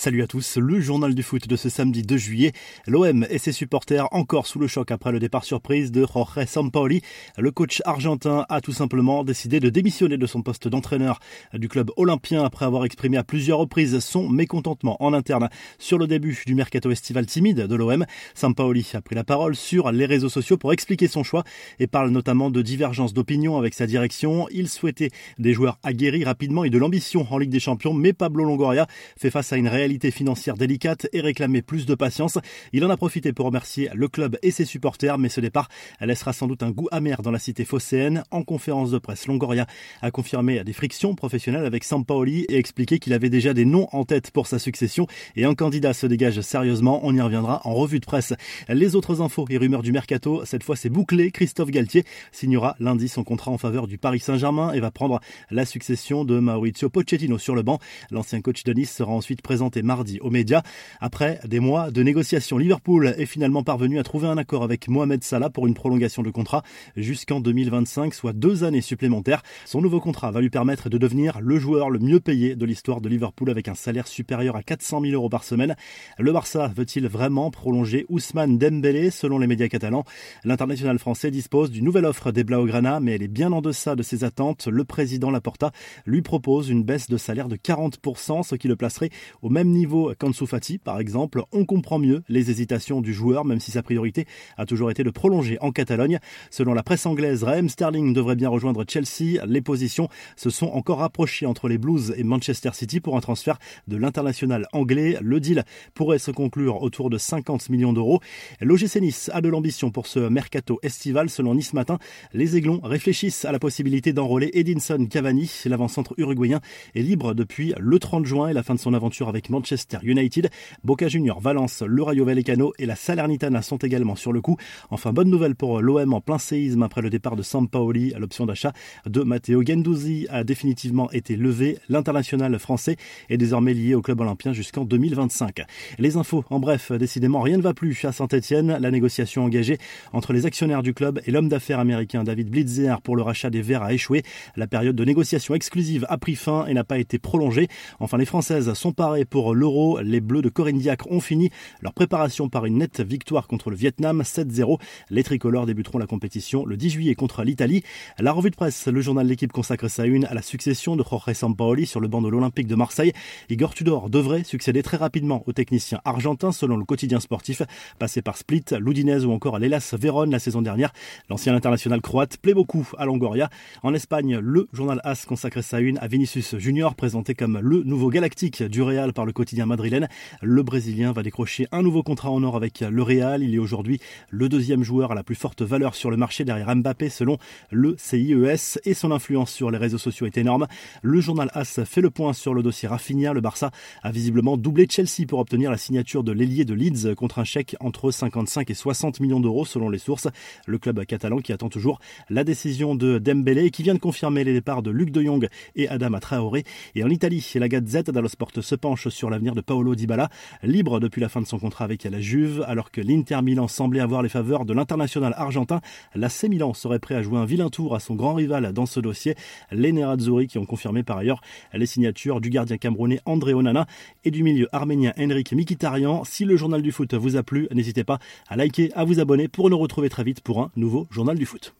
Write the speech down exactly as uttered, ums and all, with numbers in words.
Salut à tous, le journal du foot de ce samedi deux juillet. L'O M et ses supporters encore sous le choc après le départ surprise de Jorge Sampaoli. Le coach argentin a tout simplement décidé de démissionner de son poste d'entraîneur du club olympien après avoir exprimé à plusieurs reprises son mécontentement en interne sur le début du mercato estival timide de l'O M. Sampaoli a pris la parole sur les réseaux sociaux pour expliquer son choix et parle notamment de divergences d'opinion avec sa direction. Il souhaitait des joueurs aguerris rapidement et de l'ambition en Ligue des Champions, mais Pablo Longoria fait face à une réalité financière délicate et réclamait plus de patience. Il en a profité pour remercier le club et ses supporters, mais ce départ laissera sans doute un goût amer dans la cité phocéenne. En conférence de presse, Longoria a confirmé des frictions professionnelles avec Sampaoli et expliqué qu'il avait déjà des noms en tête pour sa succession et un candidat se dégage sérieusement. On y reviendra en revue de presse. Les autres infos et rumeurs du mercato, cette fois c'est bouclé. Christophe Galtier signera lundi son contrat en faveur du Paris Saint-Germain et va prendre la succession de Mauricio Pochettino sur le banc. L'ancien coach de Nice sera ensuite présenté mardi aux médias. Après des mois de négociations, Liverpool est finalement parvenu à trouver un accord avec Mohamed Salah pour une prolongation de contrat jusqu'en deux mille vingt-cinq, soit deux années supplémentaires. Son nouveau contrat va lui permettre de devenir le joueur le mieux payé de l'histoire de Liverpool avec un salaire supérieur à quatre cent mille euros par semaine. Le Barça veut-il vraiment prolonger Ousmane Dembélé? Selon les médias catalans, l'international français dispose d'une nouvelle offre des Blaugrana, mais elle est bien en deçà de ses attentes. Le président Laporta lui propose une baisse de salaire de quarante pour cent, ce qui le placerait au même niveau qu'Ansu Fati, par exemple. On comprend mieux les hésitations du joueur, même si sa priorité a toujours été de prolonger en Catalogne. Selon la presse anglaise, Raheem Sterling devrait bien rejoindre Chelsea. Les positions se sont encore rapprochées entre les Blues et Manchester City pour un transfert de l'international anglais. Le deal pourrait se conclure autour de cinquante millions d'euros. L'O G C Nice a de l'ambition pour ce mercato estival. Selon Nice Matin, les Aiglons réfléchissent à la possibilité d'enrôler Edinson Cavani. L'avant-centre uruguayen est libre depuis le trente juin et la fin de son aventure avec Manchester United. Boca Juniors, Valence, le Rayo Vallecano et la Salernitana sont également sur le coup. Enfin, bonne nouvelle pour l'O M en plein séisme après le départ de Sampaoli. L'option d'achat de Matteo Guendouzi a définitivement été levée. L'international français est désormais lié au club olympien jusqu'en deux mille vingt-cinq. Les infos, en bref, décidément rien ne va plus à Saint-Etienne. La négociation engagée entre les actionnaires du club et l'homme d'affaires américain David Blitzer pour le rachat des Verts a échoué. La période de négociation exclusive a pris fin et n'a pas été prolongée. Enfin, les Françaises sont parées pour l'Euro. Les Bleus de Corinne Diacre ont fini leur préparation par une nette victoire contre le Vietnam, sept zéro. Les tricolores débuteront la compétition le dix juillet contre l'Italie. La revue de presse, le journal L'Équipe consacre sa une à la succession de Jorge Sampaoli sur le banc de l'Olympique de Marseille. Igor Tudor devrait succéder très rapidement au technicien argentin, selon le quotidien sportif. Passé par Split, l'Udinese ou encore l'Hellas Vérone la saison dernière, l'ancien international croate plaît beaucoup à Longoria. En Espagne, le journal AS consacre sa une à Vinicius Junior, présenté comme le nouveau galactique du Real par le quotidien madrilène. Le Brésilien va décrocher un nouveau contrat en or avec le Real. Il est aujourd'hui le deuxième joueur à la plus forte valeur sur le marché derrière Mbappé selon le C I E S et son influence sur les réseaux sociaux est énorme. Le journal AS fait le point sur le dossier Rafinha. Le Barça a visiblement doublé Chelsea pour obtenir la signature de l'ailier de Leeds contre un chèque entre cinquante-cinq et soixante millions d'euros selon les sources. Le club catalan qui attend toujours la décision de Dembélé et qui vient de confirmer les départs de Luc de Jong et Adama Traoré. Et en Italie, la Gazette dello Sport se penche sur l'avenir de Paulo Dybala, libre depuis la fin de son contrat avec la Juve, alors que l'Inter Milan semblait avoir les faveurs de l'international argentin. L'A C Milan serait prêt à jouer un vilain tour à son grand rival dans ce dossier. Les Nerazzurri qui ont confirmé par ailleurs les signatures du gardien camerounais André Onana et du milieu arménien Henrik Mkhitaryan. Si le journal du foot vous a plu, n'hésitez pas à liker, à vous abonner pour nous retrouver très vite pour un nouveau journal du foot.